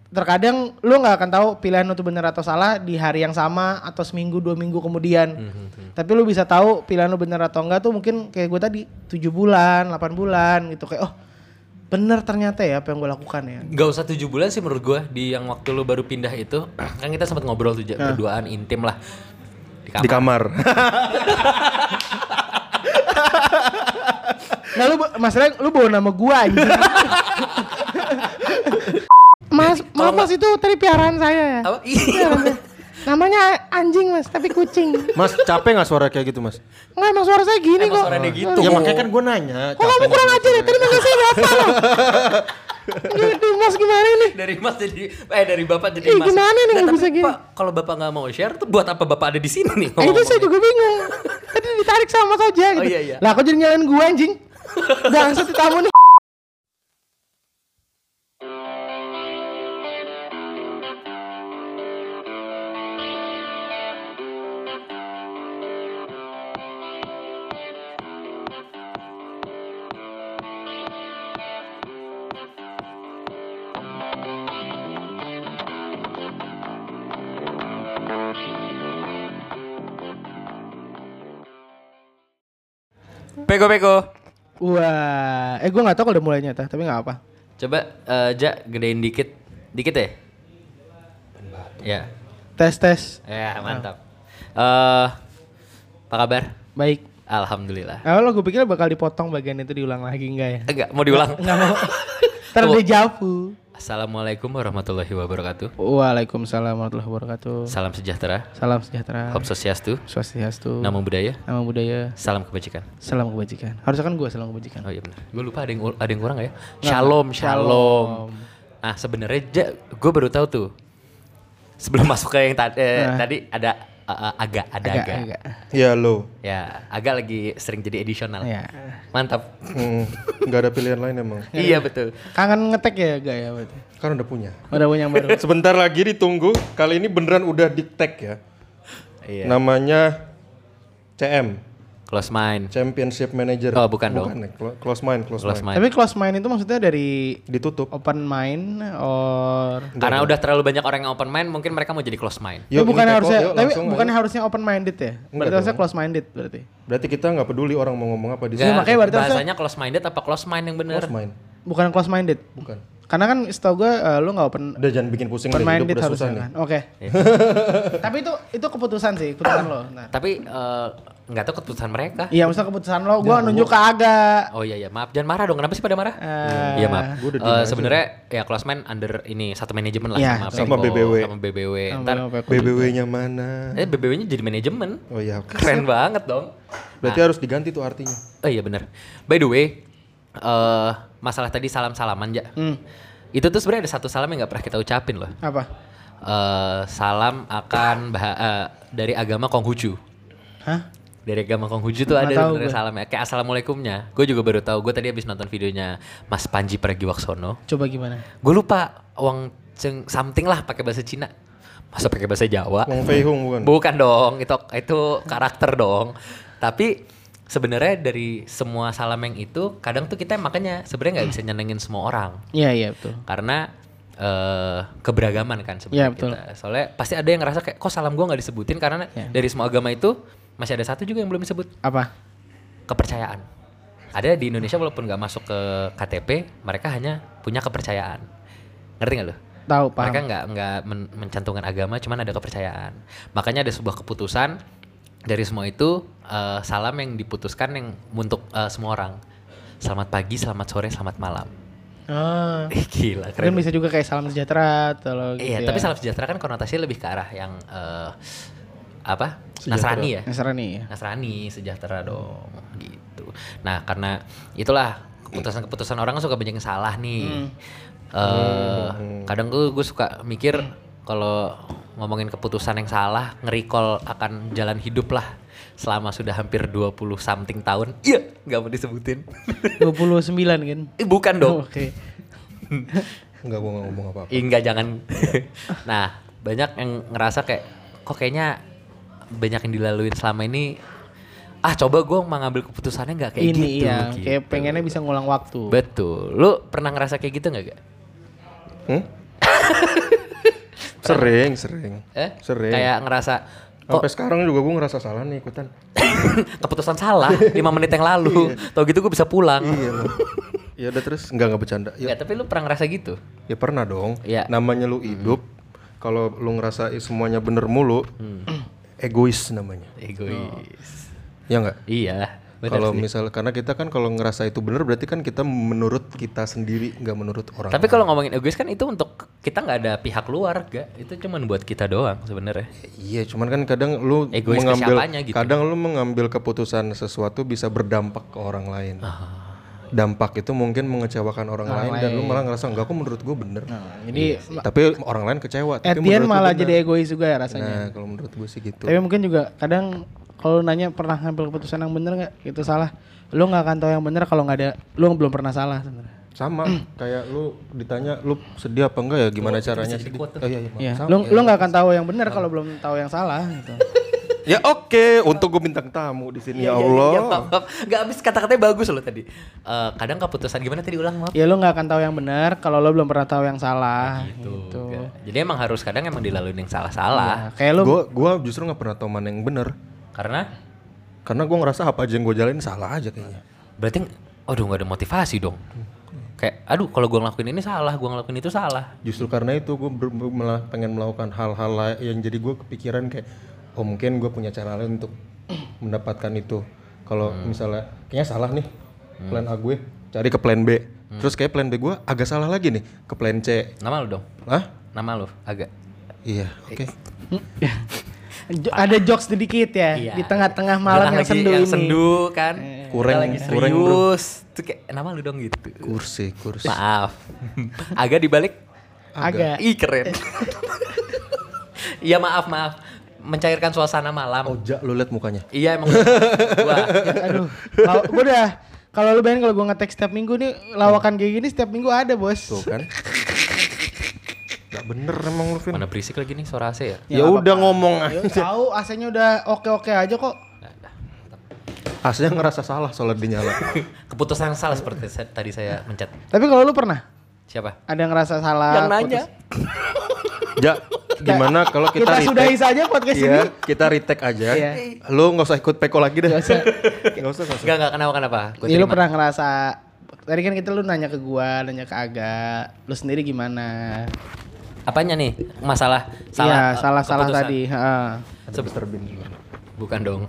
terkadang lu nggak akan tahu pilihan lu tuh benar atau salah di hari yang sama atau seminggu 2 minggu kemudian. Tapi lu bisa tahu pilihan lu benar atau enggak tuh mungkin kayak gue tadi 7 bulan, 8 bulan gitu kayak bener ternyata ya apa yang gue lakukan ya. Gak usah 7 bulan sih menurut gue. Di yang waktu lu baru pindah itu kan kita sempat ngobrol tuh berduaan intim lah di kamar. Nah lu masalahnya lu bawa nama gue anjing. Mas itu tadi piaraan saya ya. Apa? Iya. Namanya anjing mas, tapi kucing. Mas capek gak suara kayak gitu mas? Enggak emang suara saya gini kok. Suaranya gitu. Ya makanya kan gue nanya. Kok kamu kurang ajar ya? Tadi makanya saya bapak loh. Di mas gimana nih? Dari mas jadi dari bapak jadi mas. Gimana nih Nah, bisa tapi gini? Pak, kalau bapak nggak mau share tuh buat apa bapak ada di sini nih? Itu saya juga bingung. Tadi ditarik sama mas aja gitu. Oh, iya. Lah aku jadi nyalain gue anjing. Jangan satu tamu nih. Peko. Wah, gue nggak tahu kalau udah mulainya tapi nggak apa. Coba Ja gedein dikit ya. Ya. Tes. Ya mantap. Apa kabar? Baik. Alhamdulillah. Lo gue pikir bakal dipotong bagian itu diulang lagi enggak ya? Enggak mau diulang. Enggak mau. Terdejavu. Assalamualaikum warahmatullahi wabarakatuh. Waalaikumsalam warahmatullahi wabarakatuh. Salam sejahtera. Salam sejahtera. Om Swastiastu. Swastiastu. Namo Buddhaya. Nama budaya. Salam kebajikan. Salam kebajikan. Harusnya kan gue salam kebajikan. Oh iya benar. Gue lupa ada yang kurang gak ya? Shalom. Nah sebenarnya gue baru tahu tuh. Sebelum masuk ke yang tadi ada agak. Ya lo. Ya agak lagi sering jadi edisional. Ya. Mantap. Gak ada pilihan lain emang. Iya betul. Kangen ngetek ya gak ya berarti? Kan udah punya. Udah punya yang baru. Sebentar lagi ditunggu. Kali ini beneran udah di tag ya. Iya. Namanya CM. Close mind. Championship Manager. Oh bukan dong. Ya. Close mind. Tapi close mind itu maksudnya dari ditutup. open mind or Karena udah terlalu banyak orang yang open mind, mungkin mereka mau jadi close mind. Yuk, bukan Teko, harusnya, tapi langsung bukan aja. harusnya open minded ya. Berarti harusnya close minded berarti. Berarti kita nggak peduli orang mau ngomong apa di Nggak, sini. makanya berarti bahasanya close minded apa close mind yang bener? Close mind. Bukan close minded. Bukan. Karena kan setahu gue lu nggak open Udah jangan bikin pusing open deh, hidup minded udah susah harusnya nih. kan. Oke. Tapi itu keputusan sih, keputusan lo. Nah. Tapi nggak tahu keputusan mereka. Iya, maksudnya keputusan lo, gue nunjuk ke Aga. Oh iya maaf, jangan marah dong. Kenapa sih pada marah? Iya maaf. Gua udah diem aja. Sebenarnya ya close mind under ini satu manajemen lah Iya, sama sama Peko, BBW. sama BBW. Ntar BBW-nya mana? BBW-nya jadi manajemen. Oh iya. Keren banget dong. Berarti harus diganti tuh artinya. Oh iya benar. By the way, masalah tadi salam-salaman ya. Itu tuh sebenarnya ada satu salam yang nggak pernah kita ucapin loh. Apa? Salam akan dari agama Konghucu. Hah? Dari agama Konghucu tuh Nggak ada tahu sebenarnya gue. salamnya. Kayak assalamualaikumnya. Gue juga baru tahu. Gue tadi habis nonton videonya Mas Panji Pragiwaksono. Coba gimana? Gue lupa something lah pakai bahasa Cina. Masa pakai bahasa Jawa? Wong Fei Hung bukan? Bukan dong. Itu karakter dong. Tapi sebenarnya dari semua salam yang itu kadang tuh kita makanya sebenarnya nggak bisa nyenengin semua orang. Iya betul. Karena keberagaman kan sebenarnya Iya, betul. kita. Soalnya pasti ada yang ngerasa kayak kok salam gue nggak disebutin karena dari semua agama itu masih ada satu juga yang belum disebut, Apa? kepercayaan. Ada di Indonesia walaupun nggak masuk ke KTP, mereka hanya punya kepercayaan. Ngerti nggak lo? Tahu, paham. Mereka nggak mencantumkan agama, cuman ada kepercayaan. Makanya ada sebuah keputusan dari semua itu salam yang diputuskan yang untuk semua orang. Selamat pagi, selamat sore, selamat malam. Oh. Gila, Mungkin keren. bisa juga kayak salam sejahtera atau gitu. Iya, ya. tapi salam sejahtera kan konotasinya lebih ke arah yang apa? Sejahtera. Nasrani ya. Nasrani ya. Nasrani sejahtera dong, gitu. Nah, karena itulah keputusan-keputusan orang kan suka banyak yang salah nih. Kadang gue suka mikir kalau ngomongin keputusan yang salah, nge-recall akan jalan hidup lah selama sudah hampir 20 something tahun. Iya, nggak mau disebutin. 29 kan? Bukan dong. Oke. Enggak, gua nggak ngomong apa-apa. Enggak, jangan. Nah, banyak yang ngerasa kayak kok kayaknya banyak yang dilaluin selama ini. Coba gue mau ngambil keputusannya nggak kayak Ini gitu. iya, gitu. kayak pengennya bisa ngulang waktu. Betul. Lu pernah ngerasa kayak gitu nggak gak? Sering. Sering. Kayak ngerasa Sampai sekarang juga gue ngerasa salah nih ikutan. keputusan salah 5 menit yang lalu. Tau gitu gue bisa pulang. Iya loh. Ya udah terus enggak bercanda. Ya, tapi lu pernah ngerasa gitu? Ya pernah dong. Iya. Namanya lu hidup, kalau lu ngerasa semuanya bener mulu, egois namanya. Egois. Ya enggak? Iya. Kalau misal karena kita kan kalau ngerasa itu bener berarti kan kita menurut kita sendiri, nggak menurut orang. Tapi kalau ngomongin egois kan itu untuk kita nggak ada pihak luar, gak? Itu cuman buat kita doang sebenarnya. Iya, cuman kan kadang lu Egois mengambil, gitu. kadang lu mengambil keputusan sesuatu bisa berdampak ke orang lain. Dampak itu mungkin mengecewakan orang lain dan lu malah ngerasa enggak, kok menurut gue bener. Jadi Tapi orang lain kecewa. at Tapi the end menurut malah lu bener. jadi egois juga ya rasanya. Nah, kalau menurut gue sih gitu. Tapi mungkin juga kadang kalau nanya pernah ngambil keputusan yang bener nggak, itu salah. Lu nggak akan tahu yang bener kalau nggak ada, lu belum pernah salah sebenarnya. Sama kayak lu ditanya lu sedih apa enggak ya, gimana caranya sedih. Iya. Lu nggak akan tahu yang bener kalau belum tahu yang salah gitu. Ya oke, untuk gue bintang tamu di sini ya Allah. Iya, maaf. Gak habis kata-katanya bagus loh tadi. Kadang keputusan gimana tadi ulang maaf. Ya lu nggak akan tahu yang bener kalau lu belum pernah tahu yang salah. Gitu. Jadi emang harus kadang emang dilaluin yang salah-salah. Kayak lu Gua justru nggak pernah tahu mana yang benar. Karena Gue ngerasa apa aja yang gue jalanin salah aja kayaknya. berarti aduh gak ada motivasi dong. Kayak aduh kalau gue ngelakuin ini salah, gue ngelakuin itu salah. Justru karena itu gue malah pengen melakukan hal-hal yang jadi gue kepikiran kayak oh mungkin gue punya cara lain untuk mendapatkan itu. Kalau misalnya kayaknya salah nih plan A gue, cari ke plan B. Terus kayak plan B gue agak salah lagi nih ke plan C. Nama lu dong. Hah? Nama lu agak. Iya, oke. ada jokes sedikit ya Iya. di tengah-tengah malam yang Lagi sendu yang ini. sendu kan. Kurang- Kita lagi kurang, bro. serius. Tuh kayak nama lu dong gitu. Kursi. Maaf. Agak dibalik. Agak. Ih keren. Iya maaf. Mencairkan suasana malam. Oja lu liat mukanya. Iya emang. Gua. Aduh. Gue udah kalau lu bayangin kalau gue ngetek setiap minggu nih lawakan kayak gini setiap minggu ada bos. Tuh kan. Gak bener emang lu Vin. Mana berisik lagi nih suara AC ya? Ya udah ngomong Ya, aja. tahu AC-nya udah oke-oke aja kok. Aslinya ngerasa salah soalnya dinyala. Keputusan yang salah seperti tadi saya mencet. Tapi kalau lu pernah Siapa? ada yang ngerasa salah? Yang nanya. Ja, gimana kalau kita Kita sudahi retake? saja podcast Iya, ini. kita retake aja. Iya. Lu nggak usah ikut peko lagi deh. Nggak usah. Enggak kenapa. Gua Iya lu terima. pernah ngerasa tadi kan kita lu nanya ke gua, nanya ke Aga, lu sendiri gimana? Apanya nih? Masalah Iya, salah keputusan. tadi, heeh. Ada Mr. Bean dulu. Bukan dong.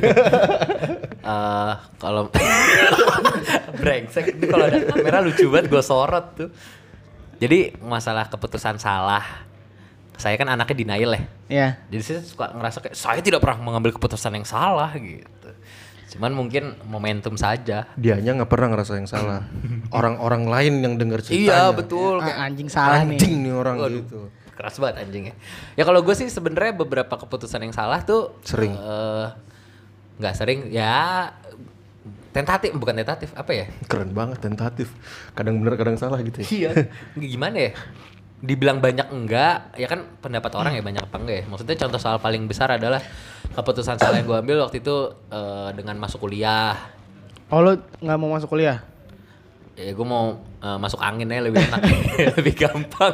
Kalau brengsek itu kalau ada kamera lucu banget gue sorot tuh. Jadi masalah keputusan salah. Saya kan anaknya denial ya. Iya. Jadi saya suka ngerasa kayak saya tidak pernah mengambil keputusan yang salah gitu. Cuman mungkin momentum saja. Dianya nggak pernah ngerasa yang salah. Orang-orang lain yang dengar Iya ceritanya. betul. Anjing salah nih. Anjing nih orang gitu. Keras banget anjingnya. Ya kalau gue sih sebenarnya beberapa keputusan yang salah tuh Sering. Nggak sering ya bukan tentatif apa ya? Keren banget, tentatif. Kadang bener, kadang salah gitu ya. Iya. Gimana ya? Dibilang banyak enggak, ya kan pendapat orang ya banyak apa enggak ya. Maksudnya contoh soal paling besar adalah keputusan salah yang gue ambil waktu itu dengan masuk kuliah. Oh lu nggak mau masuk kuliah? Ya gue mau masuk angin aja lebih enak, lebih gampang.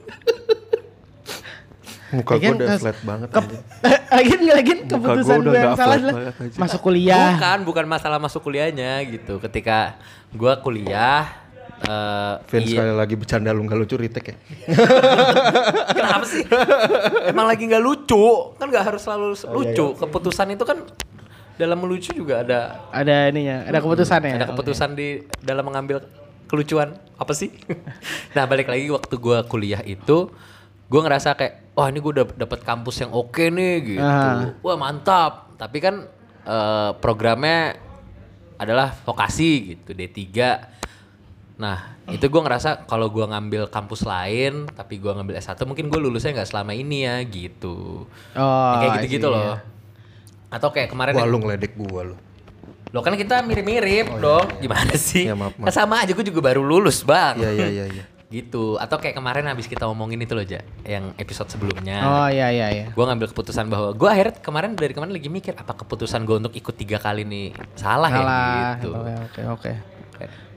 Muka gue Lagian udah flat banget aja. Lagian Muka keputusan gua udah gue yang nggak salah flat adalah banget aja. masuk kuliah. Bukan masalah masuk kuliahnya gitu. Ketika gue kuliah, Vin sekali lagi bercanda lu nggak lucu retake ya. kenapa sih? Emang lagi nggak lucu, kan nggak harus selalu lucu. Keputusan itu kan dalam melucu juga Ada ininya, ada keputusannya. ada keputusan di dalam mengambil kelucuan apa sih? Nah balik lagi waktu gue kuliah itu, gue ngerasa kayak, wah ini gue udah dapet kampus yang oke nih gitu, wah mantap. Tapi kan programnya adalah vokasi gitu, D3. Nah itu gue ngerasa kalau gue ngambil kampus lain, tapi gue ngambil S1 mungkin gue lulusnya nggak selama ini ya gitu. Oh, Kayak gitu-gitu iya. loh. Atau kayak kemarin Wah lu ngeledek gua lu. Loh kan kita mirip-mirip dong. Gimana sih? Ya, maaf. Kan sama aja gue juga baru lulus bang. Iya. Gitu. Atau kayak kemarin habis kita omongin itu loh Ja, yang episode sebelumnya. Oh iya. Gue ngambil keputusan bahwa gue akhirnya dari kemarin lagi mikir apa keputusan gue untuk ikut 3 kali nih salah ya gitu. Oke.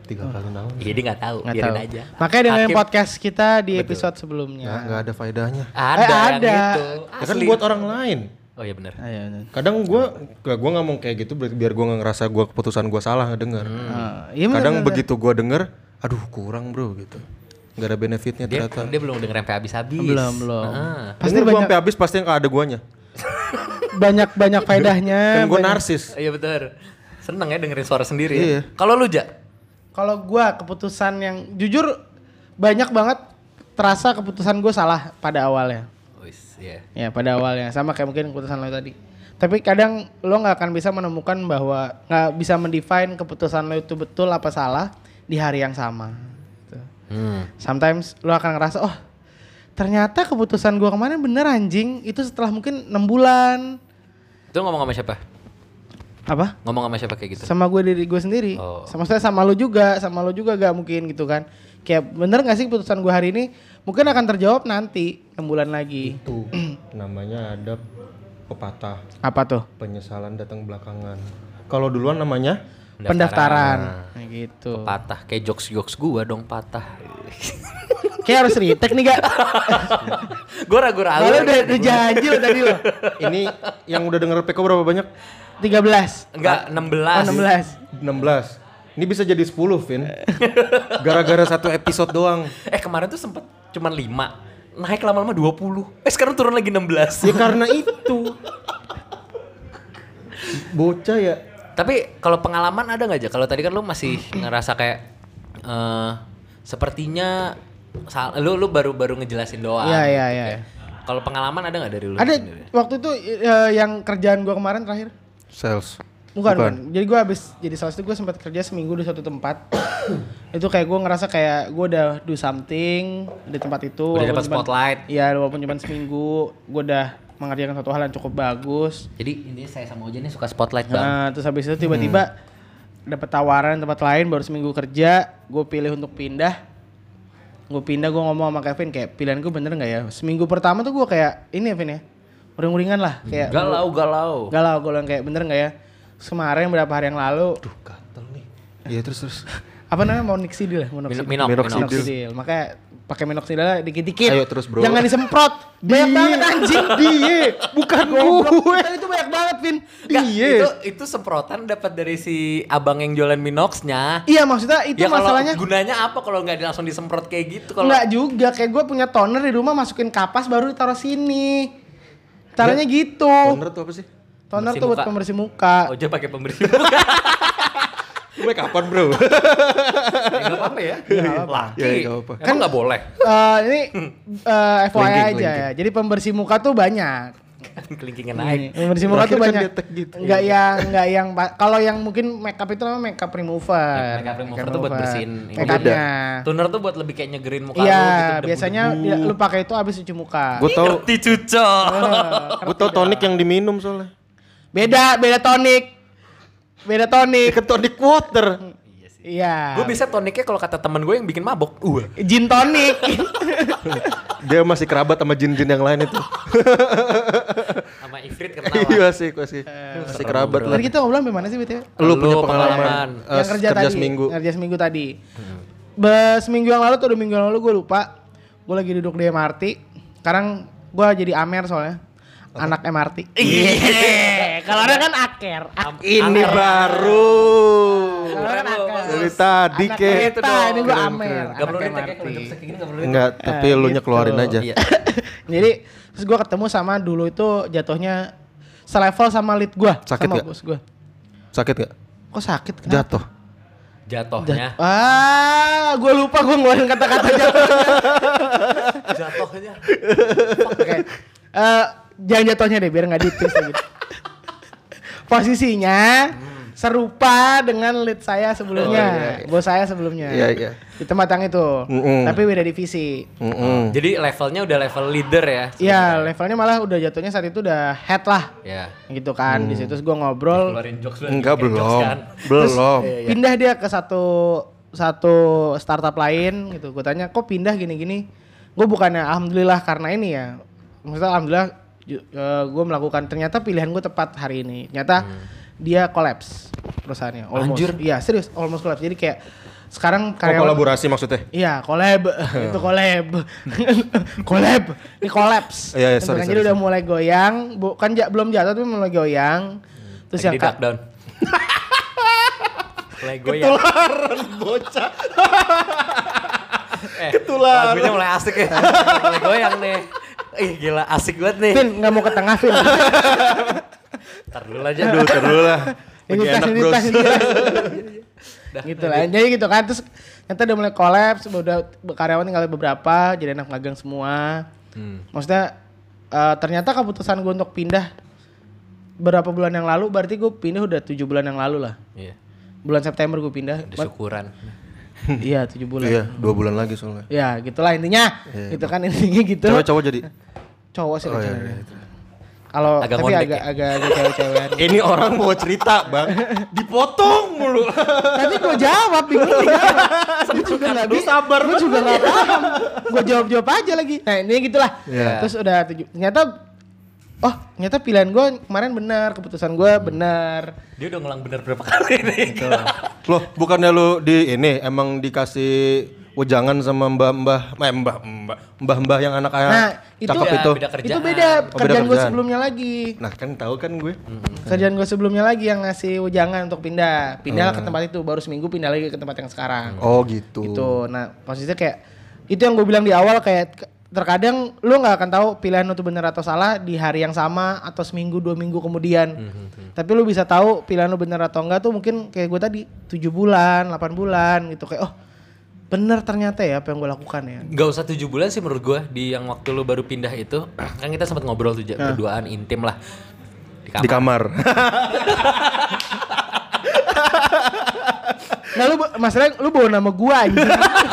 3 kali naon. Iya dia nggak tahu, Nggak biarin tahu. aja. Makanya dengerin Hakim. podcast kita di episode sebelumnya. Nggak ada faedahnya. Ada yang ada. gitu. Ya kan Asli. buat orang lain. Oh iya benar. Ayo. Kadang gue nggak mau kayak gitu biar gue nggak ngerasa gue keputusan gue salah ngedenger. Iya bener, Kadang bener. begitu gue denger, aduh kurang bro gitu. Gak ada benefitnya Dia ternyata. belum denger sampai habis-habis. Belum. Ah. Pasti Denger gua banyak sampai habis pasti yang ada guanya. banyak faedahnya. Kan gue banyak- narsis. Iya betul. Seneng ya dengerin suara sendiri. Iya. Ya. Kalau lu Ja? Kalau gua keputusan yang jujur banyak banget terasa keputusan gue salah pada awalnya. Wis, ya. Ya pada awalnya sama kayak mungkin keputusan lo tadi. Tapi kadang lo nggak akan bisa menemukan bahwa nggak bisa mendefine keputusan lo itu betul apa salah di hari yang sama. Gitu. Sometimes lo akan ngerasa oh ternyata keputusan gue kemarin bener anjing itu setelah mungkin 6 bulan. Itu ngomong sama siapa? Apa? Ngomong sama siapa kayak gitu? Sama diri gue sendiri. Oh. Sama saya sama lo juga gak mungkin gitu kan. Kayak bener gak sih keputusan gue hari ini mungkin akan terjawab nanti 6 bulan lagi. Itu namanya ada pepatah. Apa tuh? Penyesalan datang belakangan. Kalau duluan namanya Pendaftaran. Kayak gitu. Patah kayak jokes gua dong patah. Kayak harus retake nih gak? Gua ragu-ragu. Kalau udah janji lo tadi lo. ini yang udah denger Peko berapa banyak? 13. Enggak, 16. Oh 16. 16. Ini bisa jadi 10, Vin. Gara-gara satu episode doang. Kemarin tuh sempet cuman 5. Naik lama-lama 20. Sekarang turun lagi 16. Ya karena itu. Bocah ya. Tapi kalau pengalaman ada nggak aja? Kalau tadi kan lu masih ngerasa kayak sepertinya lu baru ngejelasin doang. Iya. Kalau pengalaman ada nggak dari lu? Ada sendiri? waktu itu yang kerjaan gue kemarin terakhir. Sales. Bukan. Jadi gue habis jadi sales itu gue sempat kerja seminggu di suatu tempat. Itu kayak gue ngerasa kayak gue udah do something di tempat itu. Udah walaupun dapat spotlight. Iya walaupun cuma seminggu. Gue udah mengerjakan satu hal yang cukup bagus. Jadi intinya saya sama Oja nih suka spotlight bang. Nah, terus habis itu tiba-tiba dapat tawaran tempat lain baru seminggu kerja. Gue pilih untuk pindah. Gue ngomong sama Kevin kayak pilihan gue bener nggak ya? Seminggu pertama tuh gue kayak ini ya Vin ya. Uring-uringan lah kayak Galau. gue bilang kayak bener nggak ya? Kemarin berapa hari yang lalu Duh, gatel nih. Iya terus. apa namanya minoxidil ya? Minoxidil. Minoxidil. Makanya pakai minoxidil dikit-dikit. Ayo terus, bro. Jangan disemprot. Banyak banget anjing. Bukan Goblok. Itu banyak banget Vin. Itu semprotan dapat dari si abang yang jualan Minox-nya. Iya maksudnya itu Ya kalau masalahnya. gunanya apa kalau nggak langsung disemprot kayak gitu? Kalau Enggak juga, kayak gue punya toner di rumah masukin kapas baru ditaruh sini. Caranya gitu. Toner tuh apa sih? Toner Pembersih tuh buat muka. pembersih muka. Oja pakai pembersih muka. Gue kapan bro? Nggak apa-apa ya. Laki. Ya, nggak apa-apa. Kan nggak boleh. Ini FYI aja Linking. ya. Jadi pembersih muka tuh banyak. Kelingkingnya naik. Pembersih muka tuh Terakhir kan banyak. dia tag gitu. Enggak yang kalau yang mungkin makeup itu namanya makeup remover. Makeup remover tuh buat bersihin ini. makeupnya. Toner tuh buat lebih kayak nyegerin muka lu Iya, gitu. biasanya lu pakai itu habis cuci muka. Gue tau, dicucok. gue tau tonik yang diminum soalnya. Beda tonik. Ke tonic water. Iya. Gue bisa toniknya kalau kata temen gue yang bikin mabok. Gin tonic. Dia masih kerabat sama jin-jin yang lain itu. Sama Ifrit kenal Iya lah. sih, masih kerabat lah. Tadi kita ngobrol sampai mana sih BTW? Lu punya Lu pengalaman pengalaman. Yang kerja tadi. seminggu. Kerja seminggu tadi. Seminggu yang lalu atau 2 minggu yang lalu gue lupa. Gue lagi duduk di MRT. Sekarang gue jadi Amer soalnya. Anak MRT. Iya. Kalau orang kan aker. Ini baru. Kalau orang kan aker. Dari tadi Anak kek. kereta, ini gue Amer. Gak perlu anak ditek ya MRT. kalau jam segini gak perlu ditek. Enggak, tapi lu nya keluarin aja. Iya. Jadi terus gue ketemu sama dulu itu jatuhnya selevel sama lead gue. Sakit sama nggak? bos gue. Sakit gak? Kok sakit? Kenapa? Jatuh. Jatohnya. Gue lupa gue ngeluarin kata-kata Jatohnya. Oke. Jangan jatuhnya deh biar nggak ditulis lagi. Posisinya serupa dengan lead saya sebelumnya, bos saya sebelumnya. Iya. Di tempat yang itu. Tapi beda divisi. Jadi levelnya udah level leader ya. Iya, levelnya malah udah jatuhnya saat itu udah head lah. Ya. Gitu kan. Di situ gue ngobrol. Keluarin jokes lu. Enggak, bikin jokes belum. kan. Belum. Pindah dia ke satu startup lain gitu. Gue tanya, "Kok pindah gini-gini?" Gue bukannya alhamdulillah karena ini ya. Maksudnya alhamdulillah gue melakukan, ternyata pilihan gue tepat hari ini. Ternyata dia collapse perusahaannya. Almost. Anjir. Iya, serius almost collapse. Jadi kayak Sekarang kolaborasi maksudnya? Iya, collab. Itu collab. Collab. Ini collapse. Iya, Jadi udah mulai goyang, kan belum jatuh tapi mulai goyang. Terus lagi yang di down. Mulai goyang. Ketularan bocah. Ketularan. Lagunya mulai asik ya. Mulai goyang nih. Ih gila asik banget nih. Vin, gak mau ke tengah, Vin. Ntar dulu aja. Tar dulu lah. Lagi enak bros. Gitu lah. Jadi gitu kan. Terus ternyata udah mulai collapse. Udah karyawan tinggal beberapa. Jadi anak magang semua. Maksudnya ternyata keputusan gue untuk pindah berapa bulan yang lalu. Berarti gue pindah udah 7 bulan yang lalu lah. Iya. Bulan September gue pindah. Udah syukuran. Iya 7 bulan. Iya 2 bulan lagi soalnya. Ya gitulah intinya. Iya, Gitu kan intinya gitu. Cowok jadi? Cowok sih rencananya. Iya. Kalau Agak tapi ngondek agak cewek-cewekan. Ini orang mau cerita bang, dipotong mulu. Tadi gue jawab bingung nih. Gue juga nggak bisa. sabar. Gue juga nggak paham. Gue jawab aja lagi. Nah ini gitulah. Yeah. Terus udah ternyata pilihan gue kemarin benar, keputusan gue benar. Dia udah ngulang bener berapa kali nih. Loh bukannya lu emang dikasih wejangan sama mbah-mbah yang anak-anak Nah cakep itu. itu. Beda kerjaan. Itu beda kerjaan gue kerjaan. sebelumnya lagi. Nah kan tahu kan gue. Kerjaan gue sebelumnya lagi yang ngasih wejangan untuk pindah ke tempat itu, baru seminggu pindah lagi ke tempat yang sekarang. Oh gitu. Gitu. Nah posisinya kayak itu yang gue bilang di awal, kayak terkadang lu nggak akan tahu pilihan lu tuh benar atau salah di hari yang sama atau seminggu 2 minggu kemudian. Tapi lu bisa tahu pilihan lu benar atau enggak tuh mungkin kayak gue tadi 7 bulan, 8 bulan gitu, kayak oh bener ternyata ya apa yang gue lakukan ya. Gak usah 7 bulan sih menurut gue. Di yang waktu lu baru pindah itu kan kita sempat ngobrol tuh berduaan intim lah Di kamar. Nah masalahnya lu bawa nama gue anjir.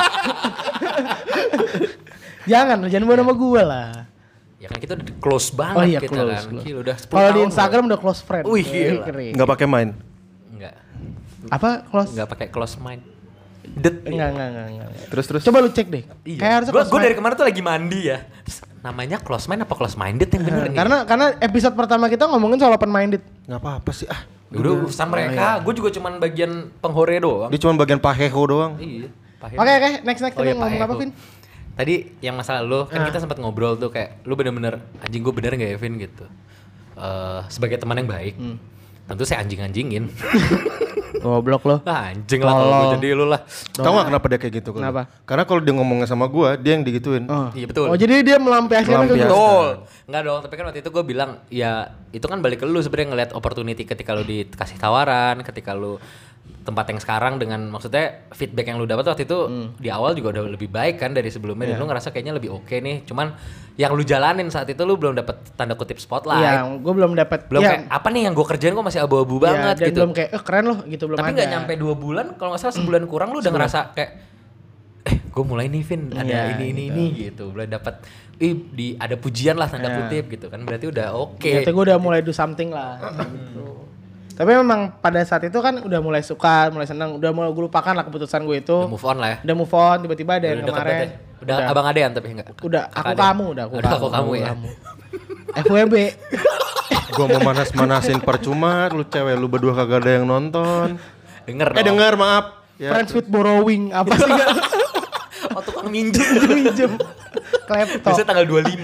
jangan bawa nama gue lah. Ya kan kita udah close banget Oh iya, kita close, kan. close. Gila, udah 10 Kalau di tahun Instagram udah close friend. Wih, gila. Keren. Nggak pakai main. Enggak. Apa close? Enggak pakai close mind. Enggak. Terus. Coba lu cek deh. Iya. Kayak harusnya Gue dari kemarin tuh lagi mandi ya. Terus, namanya close mind apa close minded yang bener nih? karena episode pertama kita ngomongin soal open minded. Nggak apa-apa sih ah. Udah urusan mereka. Gue juga cuman bagian penghore doang. Dia cuma bagian paheho doang. Iya. Oke, next Oh tadi iya, ngomong apa, Pak Vin? Tadi yang masalah lu kan kita sempat ngobrol tuh kayak lu bener-bener anjing gue bener nggak ya Vin gitu. Sebagai teman yang baik, tentu saya anjing-anjingin. Goblok lo. Anjing lah kalau gue jadi lu lah. Tahu nggak kenapa dia kayak gitu? Kenapa? Karena kalau dia ngomongnya sama gue, dia yang digituin. Iya betul. Oh jadi dia melampiaskan ke gue. Betul. Enggak dong, tapi kan waktu itu gue bilang ya itu kan balik ke lu sebenarnya ngeliat opportunity ketika lu dikasih tawaran, ketika lu tempat yang sekarang dengan maksudnya feedback yang lu dapat waktu itu di awal juga udah lebih baik kan dari sebelumnya dan lu ngerasa kayaknya lebih oke nih. Cuman yang lu jalanin saat itu lu belum dapat tanda kutip spotlight. Iya, gue belum dapat. Belum kayak apa nih yang gue kerjain kok masih abu-abu banget dan gitu. belum kayak keren loh gitu, belum tapi ada. nggak nyampe 2 bulan, kalau nggak salah sebulan kurang lu udah ngerasa kayak gue mulai nih Vin ada ini gitu. Mulai dapat ada pujian lah tanda kutip gitu kan. Berarti udah oke. Berarti gue udah mulai do something lah gitu. Tapi memang pada saat itu kan udah mulai suka, mulai senang, udah mulai gue lupakan lah keputusan gue itu. Udah move on lah ya. Udah move on, tiba-tiba ada yang Udah kemarin. deket ya? Udah abang adean tapi enggak. Udah Kakak aku adean. kamu, udah Aku kamu ya. FWB. Gue mau manas-manasin percuma, lu cewek lu berdua kagak ada yang nonton. Denger dong. Denger maaf. Ya. Friends with borrowing apa sih gak? Oh tukang minjem. Minjem. Klepto. Biasanya tanggal 25.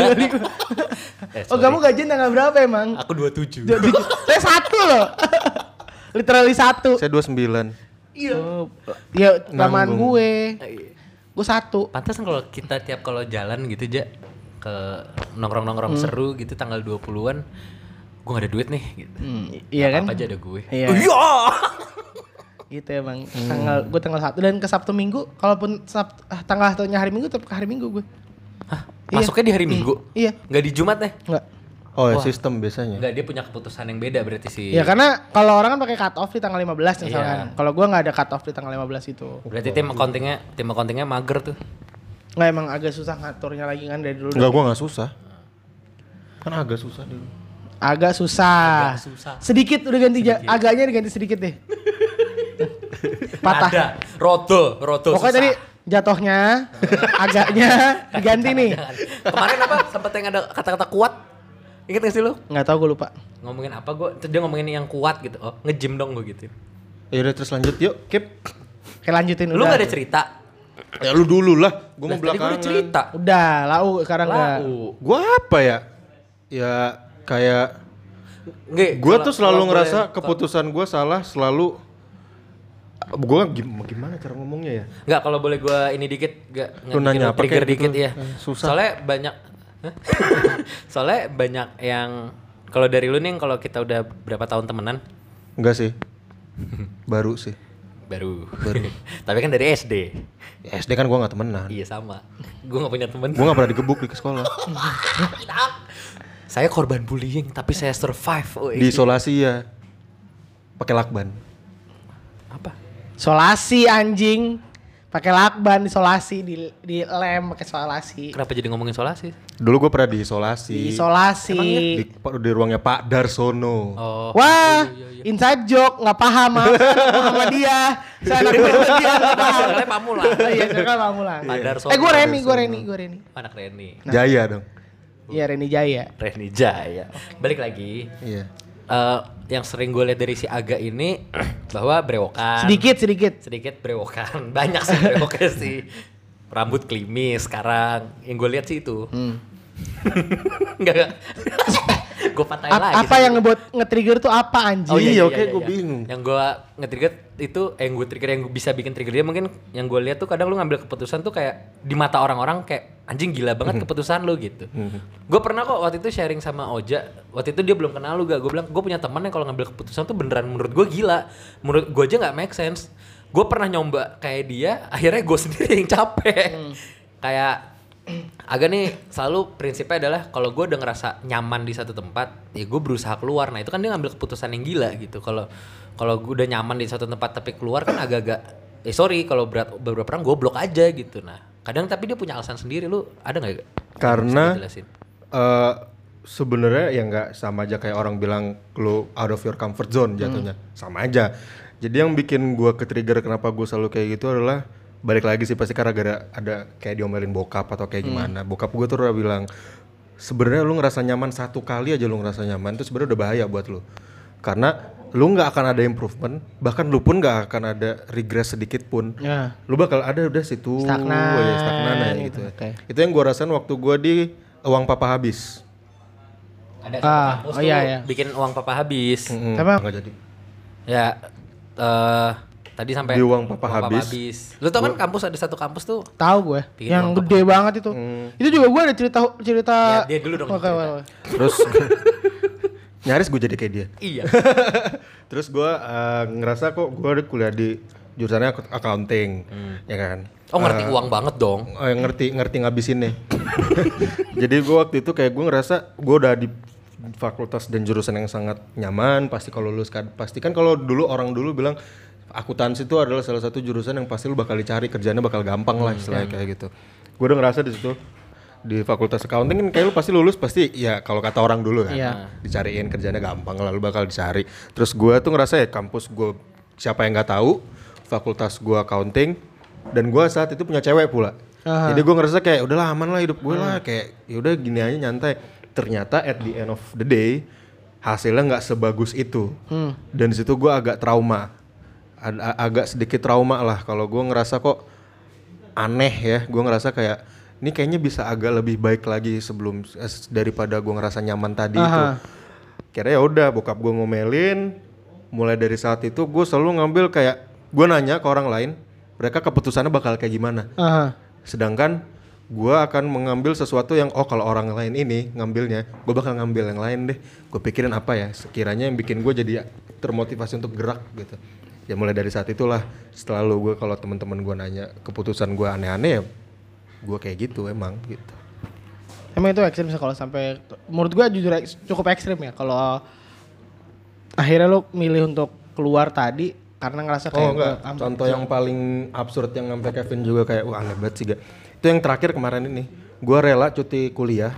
Oh kamu gajian tanggal berapa emang? Aku 27. Saya 1 loh. Literally 1. Saya 29. Iya. Ya lamaan Nanggung. gue. Gue 1. Pantas kalau kita tiap kalau jalan gitu aja ke nongkrong-nongkrong seru gitu tanggal 20-an gue gak ada duit nih gitu. Iya kan? Apa aja ada gue. Iya. Gitu emang. Gue tanggal 1 dan ke Sabtu Minggu, kalaupun tanggal satunya hari Minggu tetap ke hari Minggu gue. Hah? Iya. Masuknya di hari Minggu? Iya. Gak di Jumat deh? Enggak. Oh ya Wah. sistem biasanya. Enggak, dia punya keputusan yang beda berarti sih. Ya karena kalau orang kan pakai cut off di tanggal 15 misalkan. Iya. Kalau gue nggak ada cut off di tanggal 15 itu. Berarti tim accountingnya mager tuh. Nggak, emang agak susah ngaturnya lagi kan dari dulu. Enggak, gua enggak susah. Kan agak susah dulu. Agak susah. Agak susah. Sedikit udah ganti agaknya diganti sedikit deh. Patah. Ada. Roto Pokoknya susah. tadi jatuhnya agaknya diganti nih. Jangan. Kemarin apa? Sempet yang ada kata-kata kuat. Ingat gak sih lu? Nggak tahu gue lupa. Ngomongin apa gue? Terus dia ngomongin yang kuat gitu. Oh, nge-gym dong gue gitu. Ya udah terus lanjut yuk, Kip. Oke lanjutin Lu udah. gak ada cerita? Ya lu dulu lah, gue mau Tadi gue belakangan. udah cerita. Udah, lau sekarang enggak. Gue apa ya? Ya kayak gue tuh selalu ngerasa keputusan gue salah selalu. Gue gimana cara ngomongnya ya? Enggak, kalau boleh gue ini dikit, Lu nanya apa trigger kayak dikit gitu? ya. Susah. Soalnya banyak yang kalau dari lu nih kalau kita udah berapa tahun temenan? Enggak sih. Baru sih. Baru. Tapi kan dari SD. Ya, SD kan gue gak temenan. Iya sama. Gue gak punya temen. Gue gak pernah digebuk di sekolah. Saya korban bullying tapi saya survive. Oh, Di isolasi ya. Pakai lakban. apa? Solasi anjing. Pakai lakban isolasi di lem pakai solasi. Kenapa jadi ngomongin solasi? Dulu gue pernah diisolasi. Isolasi. Di ruangnya Pak Darsono. Oh. Wah, inside joke nggak paham sama dia. Saya anak dia nggak paham. Soalnya Pamula. Iya, saya kan Pamulang. Pak Darsono. gue Reni. Anak Reni. Jaya dong. Iya Reni Jaya. Reni Jaya. Balik lagi. Iya. Yang sering gue lihat dari si Aga ini bahwa brewokan. Sedikit. Brewokan. Banyak sih brewoknya sih. Rambut klimis sekarang. Yang gue lihat sih itu. Enggak. Gue patahin lagi. Apa yang ngebuat nge-trigger tuh apa anjing? Oh iya, oke, gue bingung. Yang gue nge-trigger itu, yang bisa bikin trigger dia mungkin yang gue lihat tuh kadang lu ngambil keputusan tuh kayak di mata orang-orang kayak anjing gila banget keputusan lu gitu. Gue pernah kok waktu itu sharing sama Oja, waktu itu dia belum kenal lu gak, gue bilang gue punya teman yang kalau ngambil keputusan tuh beneran menurut gue gila, menurut gue aja nggak make sense. Gue pernah nyoba kayak dia, akhirnya gue sendiri yang capek. Kayak Aga nih selalu prinsipnya adalah kalau gue udah ngerasa nyaman di satu tempat, ya gue berusaha keluar. Nah itu kan dia ngambil keputusan yang gila gitu. Kalau gue udah nyaman di satu tempat tapi keluar kan agak-agak, kalau beberapa orang gue blok aja gitu. Nah kadang tapi dia punya alasan sendiri. Lu ada nggak? Karena sebenarnya ya nggak sama aja kayak orang bilang lu out of your comfort zone jatuhnya, sama aja. Jadi yang bikin gue ke-trigger kenapa gue selalu kayak gitu adalah balik lagi sih pasti karena ada kayak diomelin bokap atau kayak gimana. Bokap gue tuh udah bilang sebenarnya lu ngerasa nyaman satu kali aja lu ngerasa nyaman itu sebenarnya udah bahaya buat lu. Karena lu nggak akan ada improvement, bahkan lu pun nggak akan ada regress sedikit pun. Ya. Lu bakal ada udah situ stagnan ya gitu. Okay. Itu yang gue rasain waktu gue di uang papa habis. Ada kampus tuh iya. bikin uang papa habis. Apa? Nggak jadi. Ya tadi sampai Di uang papa habis. Lu tau kan kampus ada satu kampus tuh. Tahu gue. Bikin Yang uang gede banget itu. Itu juga gue ada cerita. Ya, dia dulu dong. Oke. Terus nyaris gue jadi kayak dia. Iya. Terus gue ngerasa kok gue kuliah di jurusannya accounting, ya kan. Oh ngerti uang banget dong. Ngerti ngabisinnya. Jadi gue waktu itu kayak gue ngerasa gue udah di fakultas dan jurusan yang sangat nyaman. Pasti kalau lulus pasti kan kalau dulu orang dulu bilang akuntansi itu adalah salah satu jurusan yang pasti lu bakal dicari kerjanya bakal gampang lah istilahnya kayak gitu. Gue udah ngerasa di situ di fakultas accounting kan kayak lu pasti lulus pasti ya kalau kata orang dulu kan dicariin kerjanya gampang lah lu bakal dicari. Terus gue tuh ngerasa ya kampus gue siapa yang nggak tahu fakultas gue accounting dan gue saat itu punya cewek pula. Jadi gue ngerasa kayak udahlah aman lah hidup gue lah kayak yaudah gini aja nyantai. Ternyata at the end of the day hasilnya nggak sebagus itu. Dan di situ gue agak trauma. Agak sedikit trauma lah kalau gue ngerasa kok aneh ya, gue ngerasa kayak ini kayaknya bisa agak lebih baik lagi sebelum daripada gue ngerasa nyaman tadi itu. Kira ya udah bokap gue ngomelin, mulai dari saat itu gue selalu ngambil kayak gue nanya ke orang lain, mereka keputusannya bakal kayak gimana. Sedangkan gue akan mengambil sesuatu yang kalau orang lain ini ngambilnya, gue bakal ngambil yang lain deh. Gue pikirin apa ya sekiranya yang bikin gue jadi termotivasi untuk gerak gitu. Ya mulai dari saat itulah selalu gue kalau teman-teman gue nanya keputusan gue aneh-aneh ya gue kayak gitu emang gitu. Emang itu ekstrim sih kalau sampai menurut gue jujur cukup ekstrim ya kalau akhirnya lo milih untuk keluar tadi karena ngerasa kayak contoh yang paling absurd yang sampai Kevin juga kayak wah aneh banget sih gak. Itu yang terakhir kemarin ini gue rela cuti kuliah